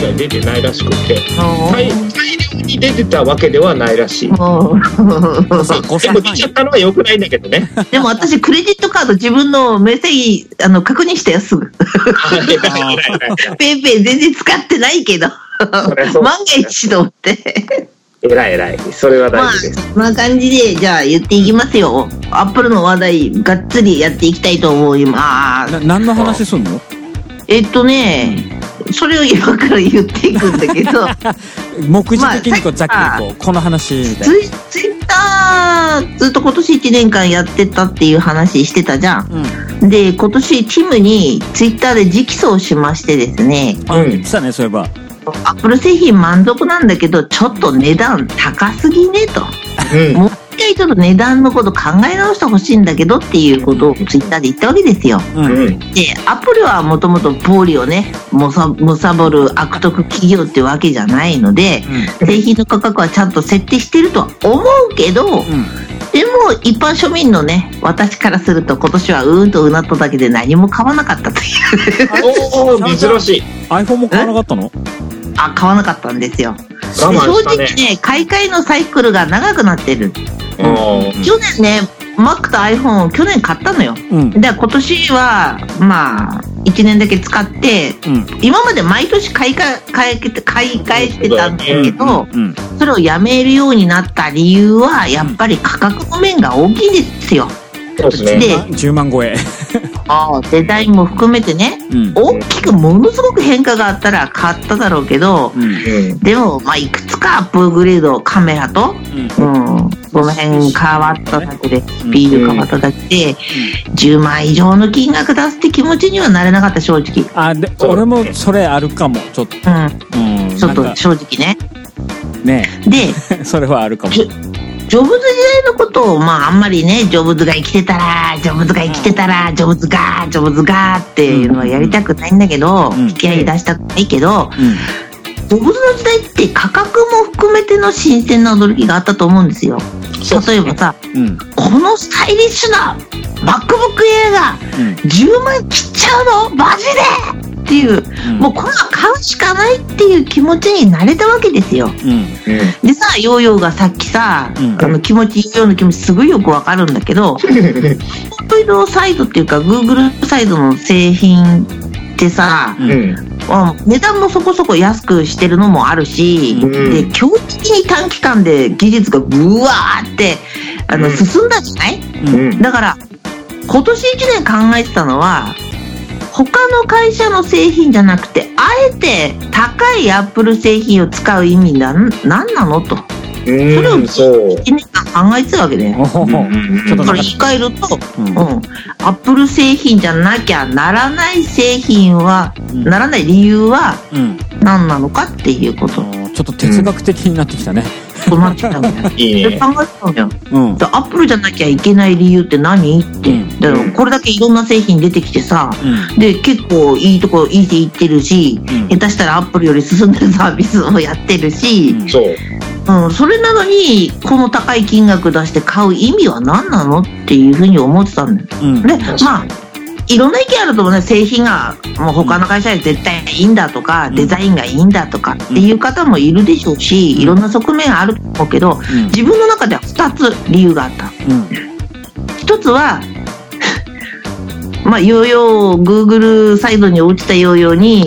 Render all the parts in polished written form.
に出てないらしくて、大量に出てたわけではないらしい。でも出ちゃったのは良くないんだけどね。 でも私クレジットカード自分の名義確認したよすぐ。ペイペイ全然使ってないけど万が一と思って。 偉い。それは大事です。 そんな感じで、じゃあ言っていきますよ。アップルの話題、がっつりやっていきたいと思います。 何の話すんの？ それを今から言っていくんだけど。 目次的にざっくりこの話みたいな。 ツイッター、ずっと今年1年間やってたっていう話してたじゃん。で、今年ティムにツイッターで直訴しましてですね。 言ってたね、そういえば。 アップル製品満足なんだけどちょっと値段高すぎねと、もう一回ちょっと値段のこと考え直してほしいんだけどっていうことをツイッターで言ったわけですよ。でアップルはもともと暴利をねむさぼる悪徳企業ってわけじゃないので、製品の価格はちゃんと設定してるとは思うけど、でも一般庶民のね私からすると今年はとうなっただけで何も買わなかったという珍しい。 iPhone も買わなかったの？ 買わなかったんですよ。正直ね買い替えのサイクルが長くなってる。去年ね Mac と iPhone を去年買ったのよ。で今年はまあ1年だけ使って、今まで毎年買い替えしてたんだけど、それをやめるようになった理由はやっぱり価格の面が大きいですよ。 そうですね、 で 10万超えデザインも含めてね、大きくものすごく変化があったら買っただろうけど、でもまあいくつかアップグレードカメラと、この辺変わっただけでスピード変わっただけで、10万以上の金額出すって気持ちにはなれなかった正直。 で俺もそれあるかもちょっと、ちょっと正直ねでそれはあるかも。 ジョブズ時代のことをあんまりねジョブズが生きてたらジョブズがっていうのはやりたくないんだけど、引き合い出したくないけど、ジョブズの時代って価格も含めての新鮮な驚きがあったと思うんですよ。例えばさ、このスタイリッシュな MacBook Air が10万切っちゃうのマジでっていう、もうこれは買うしかないっていう気持ちになれたわけですよ。でさヨーヨーがさっきさ、気持ちヨーヨーの気持ちすごいよくわかるんだけどAndroid サイドっていうか Google サイドの製品ってさ、値段もそこそこ安くしてるのもあるし、で驚異的に短期間で技術がブワーって進んだじゃない、だから今年1年考えてたのは他の会社の製品じゃなくてあえて高いアップル製品を使う意味何なのと、それを1年間考えてたわけね。だから言い換えると、アップル製品じゃなきゃならない製品は、ならない理由は何なのかっていうこと。 ちょっと哲学的になってきたね。 そうなってきたんだよ。 いいね。 考えてたんだよ。アップルじゃなきゃいけない理由って何って。だからこれだけいろんな製品出てきてさ、で結構いいとこいい線いってるし、下手したらアップルより進んでるサービスをやってるし、それなのにこの高い金額出して買う意味は何なのっていうふうに思ってたんだよ。でいろんな意見あると思うね。製品がもう他の会社より絶対いいんだとか、デザインがいいんだとかっていう方もいるでしょうし、いろんな側面あると思うけど、自分の中では2つ理由があった。1つはヨーヨー Google サイドに落ちたヨーヨーに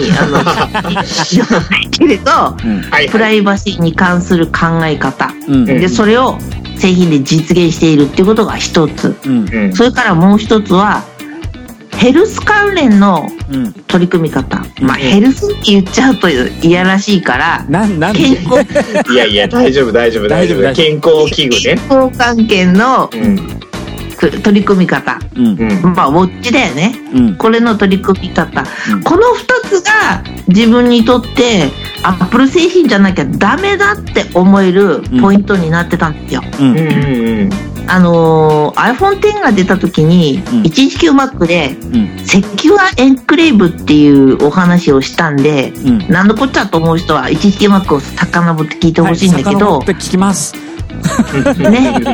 けれど、プライバシーに関する考え方、でそれを製品で実現しているっていうことが1つ、それからもう1つはヘルス関連の取り組み方、ヘルスって言っちゃうと嫌らしいから健康いや大丈夫健康器具ね、 健康関係の取り組み方、ウォッチだよね、これの取り組み方、この2つが自分にとってアップル製品じゃなきゃダメだって思えるポイントになってたんですよ。iPhone X が出た時に、119Mac で、セキュアエンクレーブっていうお話をしたんで、何のこっちゃと思う人は 119Mac を遡って聞いてほしいんだけど、 遡って聞きますね、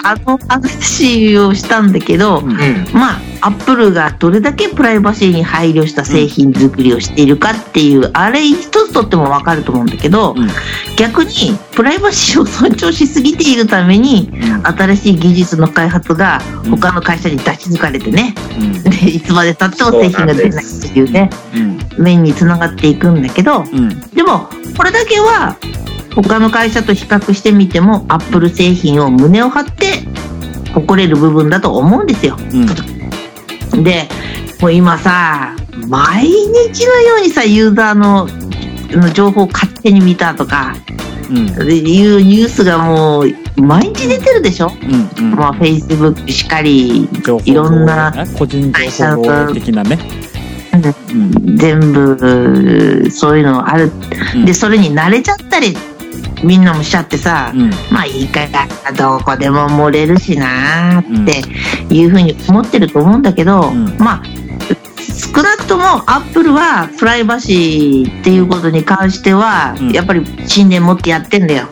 話をしたんだけど、まあアップルがどれだけプライバシーに配慮した製品作りをしているかっていう、あれ一つとっても分かると思うんだけど、逆にプライバシーを尊重しすぎているために、新しい技術の開発が他の会社に出し抜かれてね、でいつまでたっても製品が出ないっていうね、面につながっていくんだけど、でもこれだけは他の会社と比較してみてもアップル製品を胸を張って誇れる部分だと思うんですよ。でもう今さ、毎日のようにさ、ユーザーの情報を勝手に見たとか、いうニュースがもう毎日出てるでしょ。まあフェイスブックしかり、いろんな個人情報的なね、 全部そういうのある、でそれに慣れちゃったりみんなもしちゃってさ、まあいいかどこでも漏れるしなーっていうふうに思ってると思うんだけど、まあ少なくともアップルはプライバシーっていうことに関してはやっぱり信念持ってやってんだよ。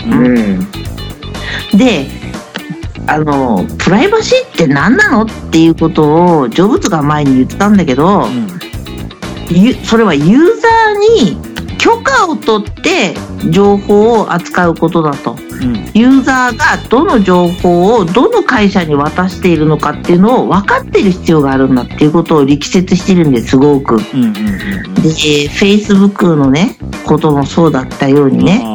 でプライバシーって何なのっていうことをジョブズが前に言ってたんだけど、それはユーザーに許可を取って情報を扱うことだと、ユーザーがどの情報をどの会社に渡しているのかっていうのを分かっている必要があるんだっていうことを力説してるんですごく。で Facebook のねこともそうだったようにね、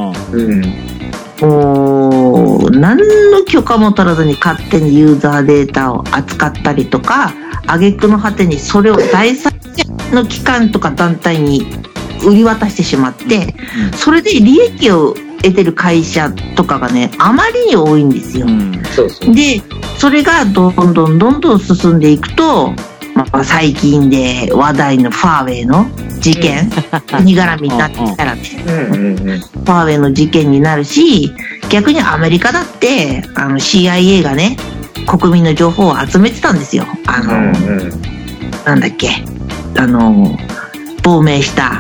もう何の許可も取らずに勝手にユーザーデータを扱ったりとか、挙句の果てにそれを第三者の機関とか団体に売り渡してしまって、それで利益を得てる会社とかがねあまりに多いんですよ。でそれがどんどん進んでいくと、まあ、最近で話題のファーウェイの事件、国絡みになってきたらね、ファーウェイの事件になるし、逆にアメリカだってCIA がね国民の情報を集めてたんですよ。なんだっけ、亡命した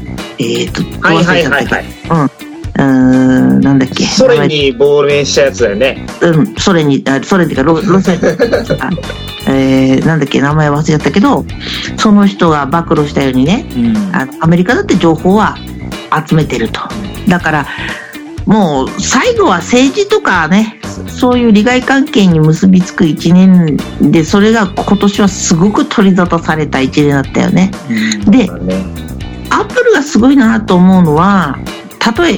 なんだっけ、 ソ連に亡命したやつだよね。 ソ連っていうかロシアなんだっけ、名前忘れちゃったけど、その人が暴露したようにね、アメリカだって情報は集めてると。だからもう最後は政治とかね、そういう利害関係に結びつく1年で、それが今年はすごく取り沙汰された1年だったよね。でアップルがすごいなと思うのは、たとえ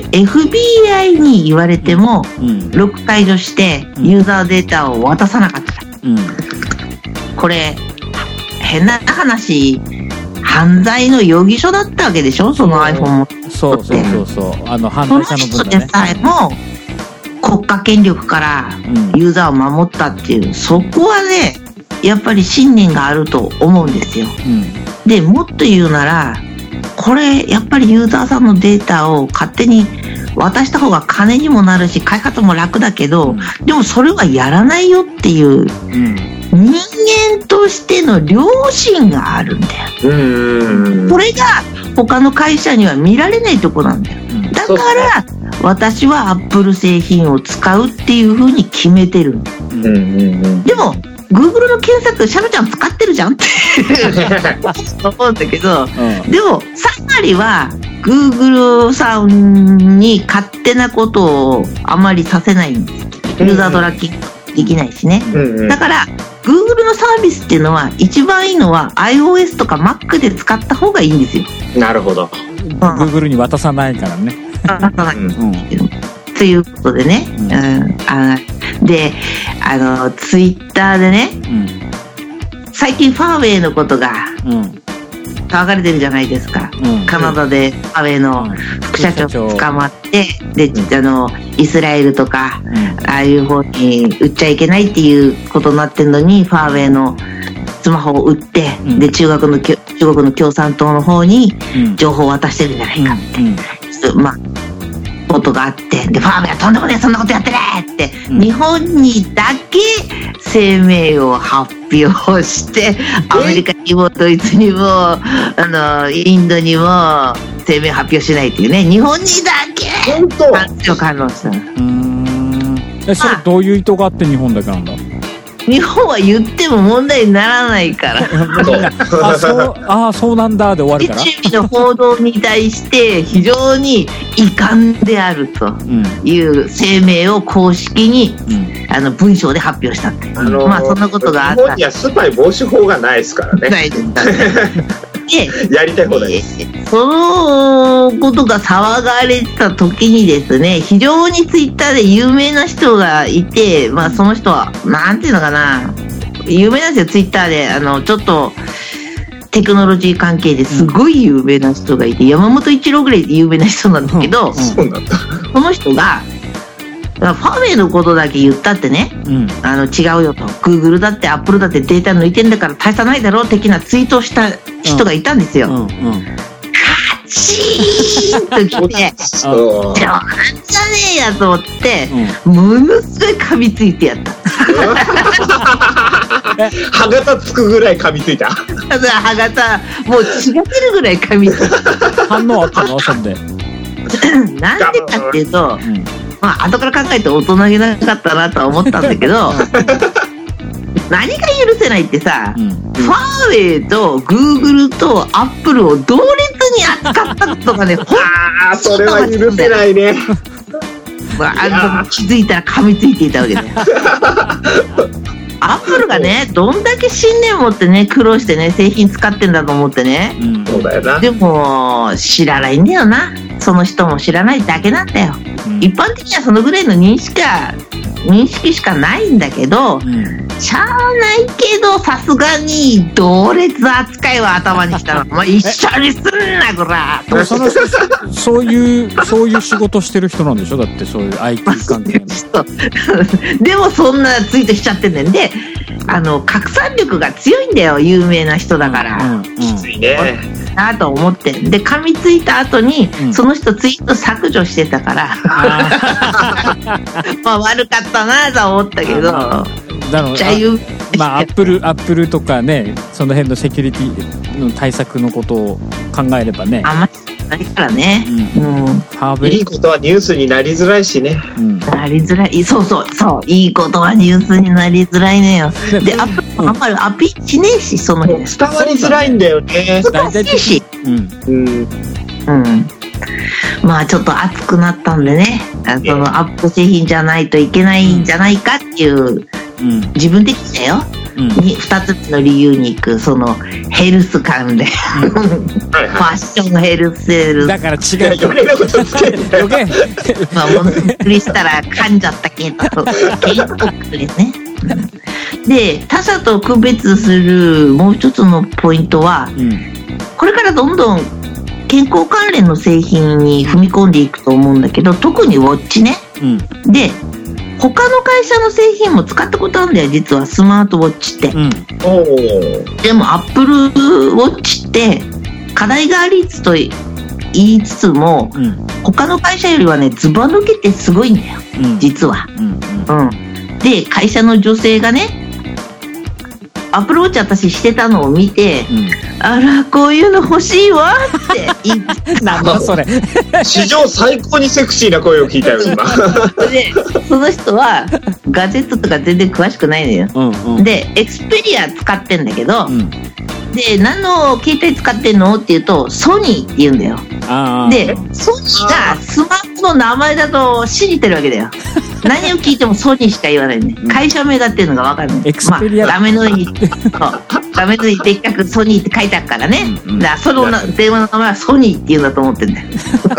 FBI に言われてもロック解除してユーザーデータを渡さなかった、これ変な話、犯罪の容疑書だったわけでしょ、その iPhone も。 そう犯罪者の分だね。その人でさえも国家権力からユーザーを守ったっていう、そこはねやっぱり信念があると思うんですよ。でもっと言うなら、これやっぱりユーザーさんのデータを勝手に渡した方が金にもなるし開発も楽だけど、でもそれはやらないよっていう、人間としての良心があるんだよ。これが他の会社には見られないとこなんだよ。だから私はアップル製品を使うっていう風に決めてるんだ。でもGoogle の検索シャロちゃん使ってるじゃんって思うんだけど、でも3割は Google さんに勝手なことをあまりさせないんです。ユーザートラッキングできないしね。だから Google のサービスっていうのは一番いいのは iOS とか Mac で使った方がいいんですよ。 なるほど。 Google に渡さないからね。 渡さない。ということでね、でツイッターでね、最近ファーウェイのことが騒がれてるじゃないですか。カナダでファーウェイの副社長捕まって、でイスラエルとか、ああいう方に売っちゃいけないっていうことになってるのに、ファーウェイのスマホを売って、で中国の共産党の方に情報を渡してるんじゃないかって、まあことがあって、でファーウェイはとんでもねえ、そんなことやってねって、日本にだけ声明を発表して、アメリカにもドイツにもインドにも声明発表しないっていうね、日本にだけ反応した。 それどういう意図があって日本だけなんだ？ 日本は言っても問題にならないからそうなんだで終わるから。 テレビの報道に対して非常に遺憾であるという声明を公式に、文章で発表したって、まあそんなことがあった。 日本にはスパイ防止法がないですからね。 ないですからでやりたい放題です。 そのことが騒がれた時にですね、非常にツイッターで有名な人がいて、まあその人はなんていうのかな、有名なんですよ、ツイッターでちょっとテクノロジー関係ですごい有名な人がいて、山本一郎ぐらい有名な人なんだけど、 そうなんだ。 その人がファーウェイのことだけ言ったってね、違うよと、Google だって Apple だってデータ抜いてんだから大差ないだろう的なツイートをした人がいたんですよ。カチーンときて、冗談じゃねえやと思って、ものすごい噛みついてやった。 歯型つくぐらい噛みついた。 歯型もう血が出るぐらい噛みついた。 反応あったのそんで。 なんでかっていうと、まあ後から考えて大人げなかったなとは思ったんだけど何が許せないってさ、ファーウェイとグーグルとアップルを同列に扱ったことがね、 ああそれは許せないね。 気づいたら噛みついていたわけだよ。アップルがね、どんだけ信念持ってね、苦労してね、製品使ってんだと思ってね。 そうだよな。 でも知らないんだよな。その人も知らないだけなんだよ。一般的にはそのぐらいの認識しかないんだけど、しゃあないけどさすがに同列扱いは頭にしたらもう一緒にすんなこら。 そういう仕事してる人なんでしょ。だってそういう IT 関係のでもそんなツイートしちゃってんねんで、拡散力が強いんだよ、有名な人だから。 きついねなと思って、で噛みついた後に、その人ツイート削除してたからまあ悪かったなと思ったけど、 まあアップルとかね、その辺のセキュリティの対策のことを考えればね、 あんまりないからね、 いいことはニュースになりづらいしね、 なりづらい。そういいことはニュースになりづらいのよ。でアップルあんまりアピールしねえし、その辺伝わりづらいんだよね。 難しいし、まあちょっと熱くなったんでね、そのアップル製品じゃないといけないんじゃないかっていう、自分的にだよ、2つの理由に行く、そのヘルス関連、ファッションヘルスセールだから違う余計なことつけて余計まあもうびっくりしたら噛んじゃったけどK-POPですね。で他社と区別するもう一つのポイントは、これからどんどん健康関連の製品に踏み込んでいくと思うんだけど、特にウォッチね、で他の会社の製品も使ったことあるんだよ、実はスマートウォッチって、でもアップルウォッチって課題がありつつと言いつつも、他の会社よりはねずば抜けてすごいんだよ、実は。で会社の女性がねアップルウォッチ私してたのを見て、あらこういうの欲しいわって言ってなんだそれ史上最高にセクシーな声を聞いたよ今でその人はガジェットとか全然詳しくないのよ、でエクスペリア使ってんだけど、で何の携帯使ってんのって言うとソニーって言うんだよ。でソニーがスマホの名前だと信じてるわけだよ。何を聞いてもソニーしか言わないね。会社名だっていうのが分かるね。画面の上に的確ソニーって書いてあるからね。だからその電話の名前はソニーって言うんだと思ってんだよ。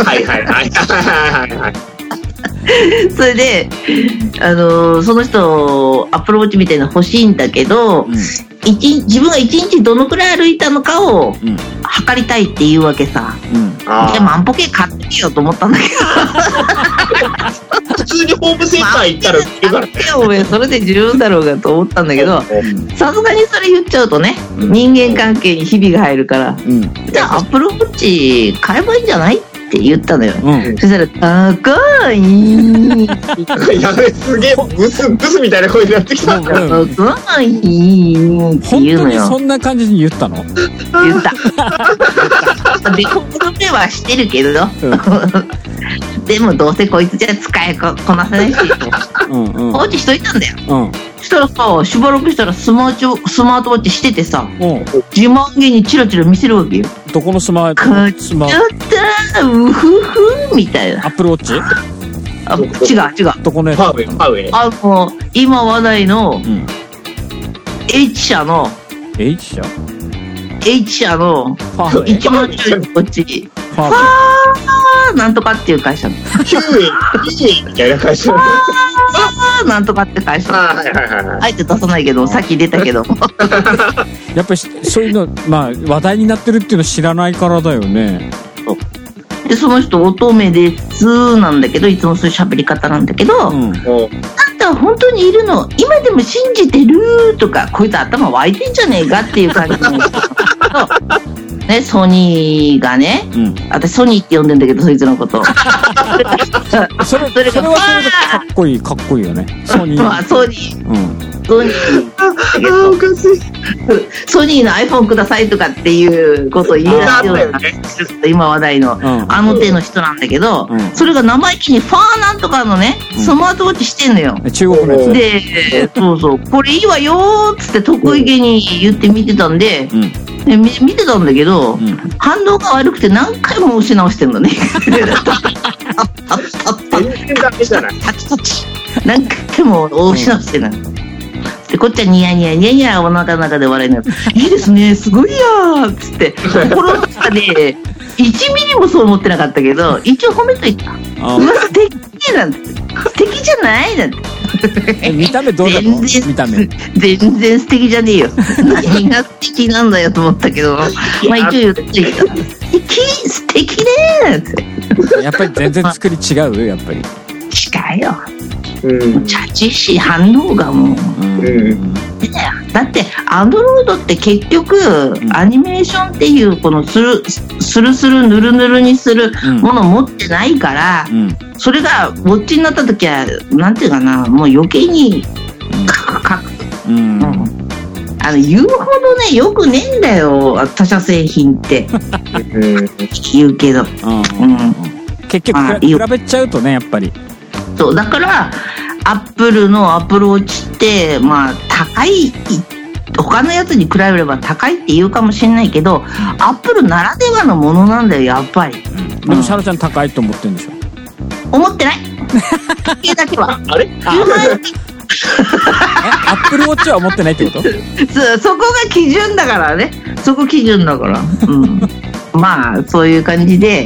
それでその人アップルウォッチみたいなの欲しいんだけど、自分が1日どのくらい歩いたのかを測りたいっていうわけさ、じゃあ万歩計買ってみようと思ったんだけど普通にホームセンター行ったら売ってるからね、 お前それで十分だろうがと思ったんだけど、さすがにそれ言っちゃうとね、人間関係にひびが入るから、じゃあアップルウォッチ買えばいいんじゃないって言ったのよ、そしたら高いやべすげえブスみたいな声になってきた。 高いって言うのよ。 本当にそんな感じに言ったの？ 言ったでこの目はしてるけど、でもどうせこいつじゃ使いこなせないしウォッチしといたんだよ。そしたらさ、しばらくしたらスマートウォッチしててさ、自慢げにチラチラ見せるわけよ。 どこのスマート買っちゃったうふふみたいな。 アップルウォッチ？ 違う。 どこのやつ？ ファーウェイ。 今話題の H 社の H 社の一番強いウォッチ。ファーなんとかっていう会社。 9円みたいな会社。 なんとかって会社。あえて出さないけど、さっき出たけど。 やっぱりそういうの、まあ話題になってるっていうの知らないからだよね。 で、その人乙女ですなんだけど、いつもそういう喋り方なんだけど、あんたは本当にいるの、今でも信じてるとか、こいつ頭湧いてんじゃねえかっていう感じなんですけど。ね、ソニーがね、私ソニーって呼んでんだけど、そいつのことそれはそれでかっこいいよね。ソニー。 まあソニー、ソニーおかしい。ソニーの iPhone くださいとかっていうことを言い出すような、今話題の手の人なんだけど、それが生意気にファーなんとかのね、スマートウォッチしてんのよ。 中国のやつで、そうこれいいわよーっつって得意げに言って見てたんで、見てたんだけど、反応が悪くて何回も押し直してんのね。 全然ダメじゃない。 何回も押し直してるの。でこっちはニヤニヤニヤニヤお腹の中で笑いながら「いいですねすごいやー」っつって心の中で1ミリもそう思ってなかったけど一応褒めといた。うわ素敵なんて素敵じゃないなんて。 見た目どうだろう？見た目全然素敵じゃねえよ。何が素敵なんだよと思ったけど、まあ一応言っていた。素敵ねーなんて。 やっぱり全然作り違うよやっぱり。 違うよ。チャチし反応がもう、だってアンドロイドって結局、アニメーションっていうこのスルヌルヌルにするものを持ってないから、それがウォッチになった時はなんていうかな、もう余計にカク言うほどねよくねえんだよ他社製品って言うけど、 結局比べちゃうとねやっぱり。 そうだからアップルのアップルウォッチってまあ高い、他のやつに比べれば高いって言うかもしれないけど、アップルならではのものなんだよやっぱり。 でもシャロちゃん高いと思ってるんでしょ？ 思ってない。だけはあれ？ アップルウォッチは思ってないってこと？ そこが基準だからね。そこ基準だから。まあそういう感じで、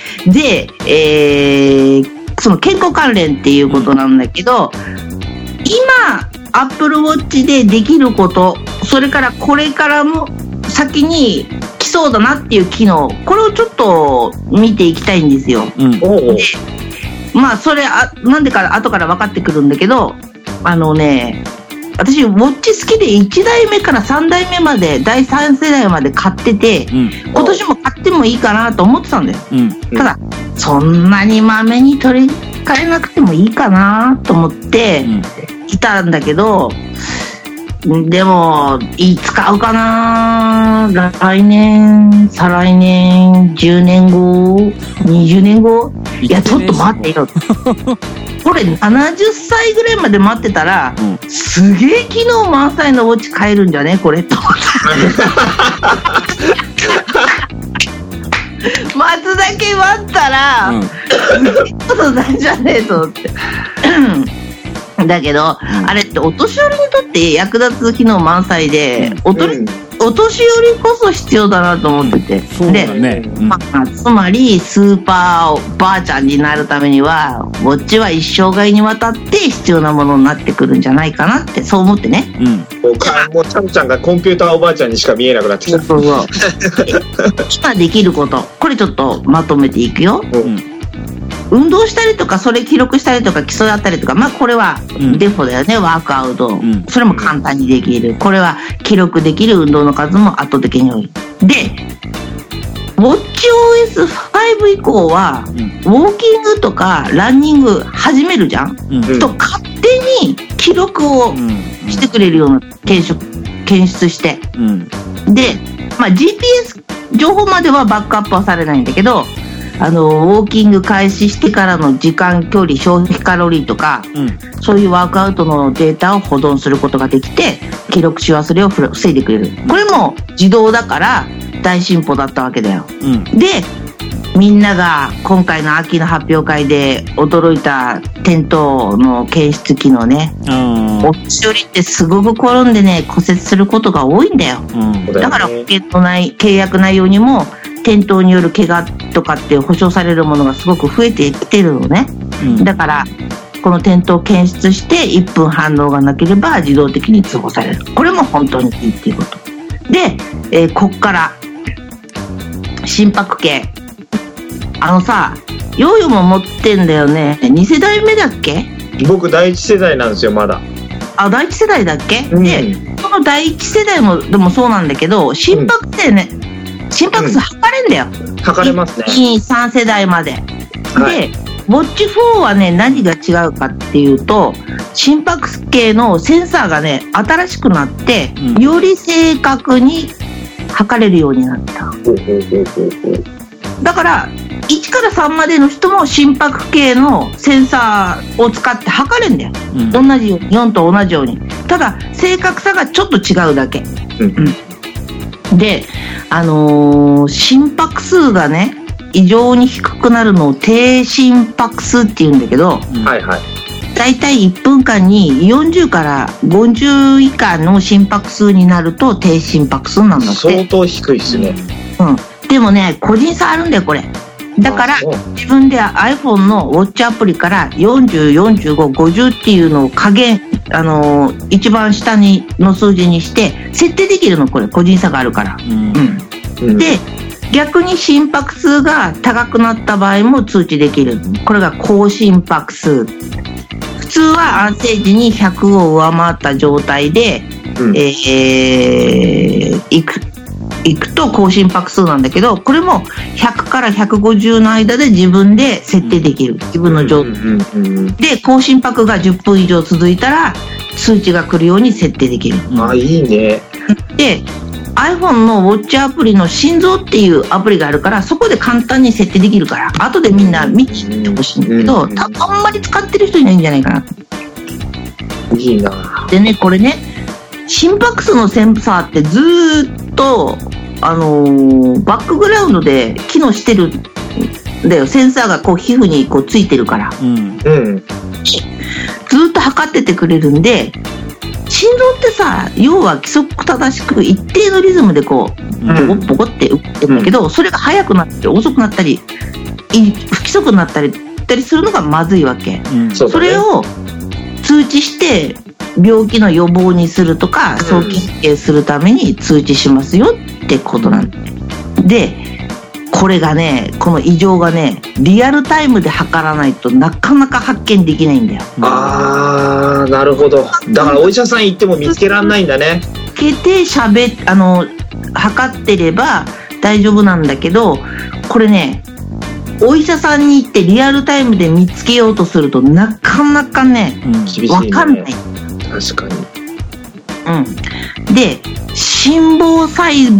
で、その健康関連っていうことなんだけど、今アップルウォッチでできること、それからこれからも先に来そうだなっていう機能、これをちょっと見ていきたいんですよ。でまあそれなんでか後から分かってくるんだけど、私ウォッチ好きで1代目から3代目まで第3世代まで買ってて、今年も買ってもいいかなと思ってたんだよ。ただそんなにまめに取り替えなくてもいいかなと思っていたんだけど、でもいつ買うかな、来年再来年10年後20年後、いやちょっと待ってよこれ70歳ぐらいまで待ってたら、すげえ機能満載のウォッチ買えるんじゃねこれと思って待つだけ待ったらことなんじゃねえと思ってだけど、あれってお年寄りにとって役立つ機能満載で、お年寄りこそ必要だなと思ってて、で、つまりスーパーばあちゃんになるためにはウォッチは一生涯にわたって必要なものになってくるんじゃないかなってそう思ってね。 もうちゃんちゃんがコンピューターおばあちゃんにしか見えなくなってきた。 今できること、これちょっとまとめていくよ。運動したりとかそれ記録したりとか基礎だったりとか、まあこれはデフォだよね、ワークアウト、それも簡単にできる。これは記録できる運動の数も圧倒的に多い。でWatchOS5 以降は、ウォーキングとかランニング始めるじゃん、と勝手に記録をしてくれるような検出して、で、まあ、GPS 情報まではバックアップはされないんだけど、 ウォーキング開始してからの時間、距離、消費カロリーとか、そういうワークアウトのデータを保存することができて、記録し忘れを防いでくれる。これも自動だから大進歩だったわけだよ。で、みんなが今回の秋の発表会で驚いた転倒の検出機能ね。お年寄りってすごく転んでね、骨折することが多いんだよ。だから保険の契約内容にも転倒による怪我とかって保証されるものがすごく増えてきてるのね。だからこの転倒を検出して1分反応がなければ自動的に通報される。これも本当にいいっていうこと。で、こっから心拍計。さ、ヨーヨーも持ってんだよね。2世代目だっけ？ 僕第1世代なんですよ、まだ。 第1世代だっけ？で、この第1世代もでもそうなんだけど、心拍ってね、心拍数測れんだよ。 測れますね。 1、2、3世代まで。で、ウォッチ4はね、何が違うかっていうと、心拍計のセンサーがね、新しくなって、より正確に測れるようになった。だから、1から3までの人も心拍計のセンサーを使って測れんだよ。同じように、4と同じように。ただ、正確さがちょっと違うだけ。で、心拍数がね、異常に低くなるのを低心拍数って言うんだけど、だいたい1分間に40から50以下の心拍数になると低心拍数なんだって。 相当低いですね。 でもね、個人差あるんだよ、これ。だから自分で iPhone のウォッチアプリから40、45、50っていうのを加減、一番下の数字にして設定できるの。これ個人差があるから。で、逆に心拍数が高くなった場合も通知できる。これが高心拍数。普通は安静時に100を上回った状態で、いくと高心拍数なんだけど、これも100から150の間で自分で設定できる。自分の状態で高心拍が10分以上続いたら通知が来るように設定できる。 いいね。 で、iPhone のウォッチアプリの心臓っていうアプリがあるから、そこで簡単に設定できるから、後でみんな見ていってほしいんだけど、多分あんまり使ってる人いないんじゃないかな。 いいな。 でね、これね、心拍数のセンサーってずーっとバックグラウンドで機能してるんだよ。センサーがこう皮膚にこうついてるから、ずーっと測っててくれるんで、心臓ってさ、要は規則正しく一定のリズムでこうボコボコって打ってるんだけど、それが速くなったり遅くなったり不規則になったりするのがまずいわけ。それを通知して病気の予防にするとか早期発見するために通知しますよってことなんで、これがね、この異常がね、リアルタイムで測らないとなかなか発見できないんだよ。 なるほど。だからお医者さん行っても見つけられないんだね。 見つけて測ってれば大丈夫なんだけど、これね、お医者さんに行ってリアルタイムで見つけようとするとなかなかね、分かんない。 確かに。 で、心房細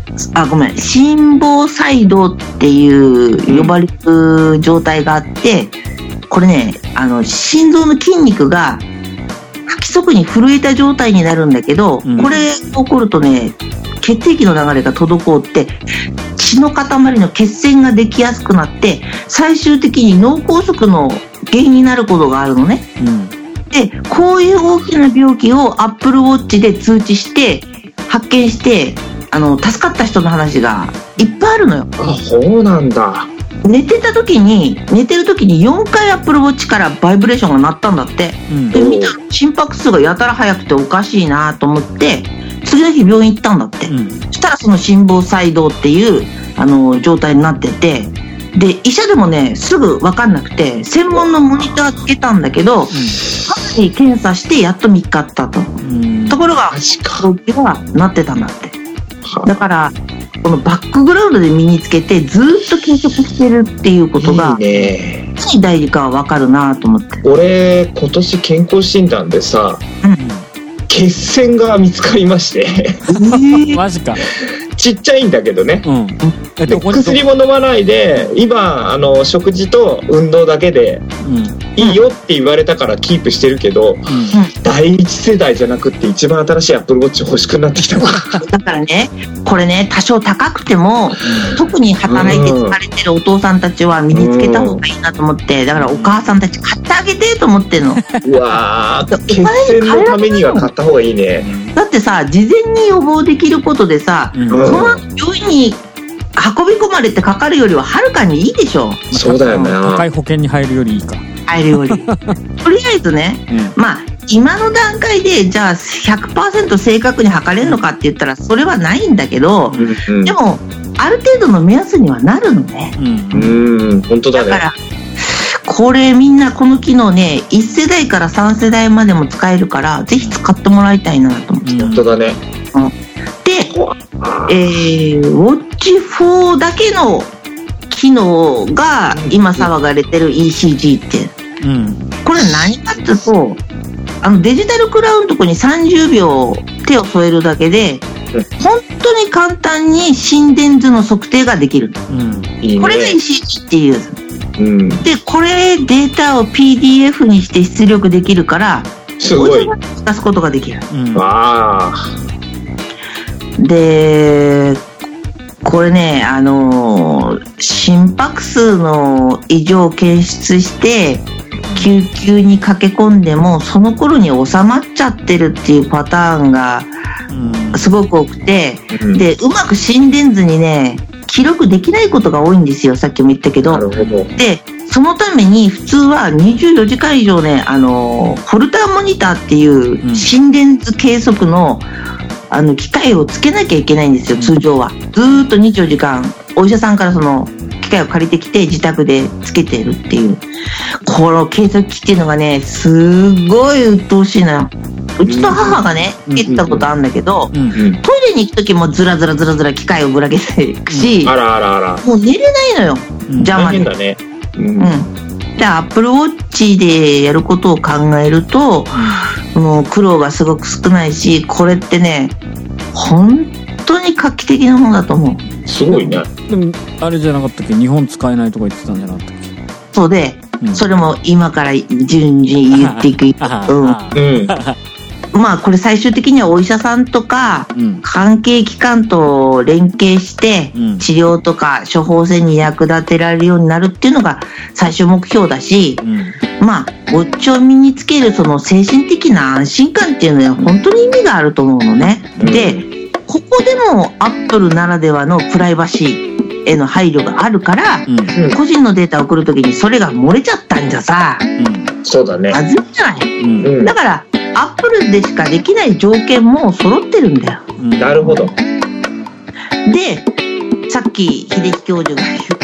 動っていう呼ばれる状態があって、これね、心臓の筋肉が不規則に震えた状態になるんだけど、これ起こるとね、血液の流れが滞って血の塊の血栓ができやすくなって、最終的に脳梗塞の原因になることがあるのね。で、こういう大きな病気を Apple Watch で通知して発見して、助かった人の話がいっぱいあるのよ。 そうなんだ。 寝てる時に4回 Apple Watch からバイブレーションが鳴ったんだって。で、見たら心拍数がやたら速くておかしいなと思って、次の日病院行ったんだって。そしたらその心房細動っていう状態になってて、で、医者でもね、すぐ分かんなくて、専門のモニターつけたんだけど、かなり検査してやっと見つかったと。ところが、病気がなってたんだって。だから、このバックグラウンドで身につけて、ずっと計測してるっていうことが、何大事かは分かるなと思って。 俺、今年健康診断でさ、血栓が見つかりましてマジか。 ちっちゃいんだけどね、薬も飲まないで今食事と運動だけでいいよって言われたからキープしてるけど、第一世代じゃなくって一番新しい Apple Watch 欲しくなってきたわ。 だからねこれね多少高くても特に働いて疲れてるお父さんたちは身につけた方がいいなと思ってだからお母さんたち買ってあげてと思ってんの。 うわー血栓のためには買った方がいいね。 だってさ事前に予防できることでさ、その病院に運び込まれてかかるよりははるかにいいでしょ。 そうだよね。 高い保険に入るよりいいか。 入るよりとりあえずね、まあ今の段階でじゃあ 100% 正確に測れるのかって言ったらそれはないんだけど、でもある程度の目安にはなるのね。 本当だね。 だからこれみんなこの機能ね1世代から3世代までも使えるからぜひ使ってもらいたいなと思って。 本当だね。 で、Watch4 だけの機能が今騒がれてる ECG って、これ何かっていうとデジタルクラウンのとこに30秒手を添えるだけで本当に簡単に心電図の測定ができる、これが ECG っていうやつ。でこれデータを PDF にして出力できるからすごい出すことができる。 わでこれね心拍数の異常を検出して救急に駆け込んでもその頃に収まっちゃってるっていうパターンがすごく多くて、でうまく心電図にね記録できないことが多いんですよ。さっきも言ったけど。でそのために普通は24時間以上ねフォルターモニターっていう心電図計測の機械をつけなきゃいけないんですよ。通常はずーっと24時間お医者さんからその機械を借りてきて自宅でつけてるっていうこの計測器っていうのがねすごい鬱陶しいな。うちと母がねつけてたことあるんだけど、トイレに行く時もずらずら機械をぶら下げていくし、もう寝れないのよ、邪魔で。大変だね。でアップルウォッチでやることを考えると、もう苦労がすごく少ないし、これってね本当に画期的なものだと思う。 すごいね。 でもあれじゃなかったっけ、日本使えないとか言ってたんじゃなかったっけ。 そうで、それも今から順々言っていくまあこれ最終的にはお医者さんとか関係機関と連携して治療とか処方箋に役立てられるようになるっていうのが最終目標だし、まあウォッチを身につけるその精神的な安心感っていうのは本当に意味があると思うのね。でここでもアップルならではのプライバシーへの配慮があるから、個人のデータを送るときにそれが漏れちゃったんじゃさ、 そうだね、 まずいじゃない、だからアップルでしかできない条件も揃ってるんだよ。 なるほど。 でさっき秀樹教授が言っ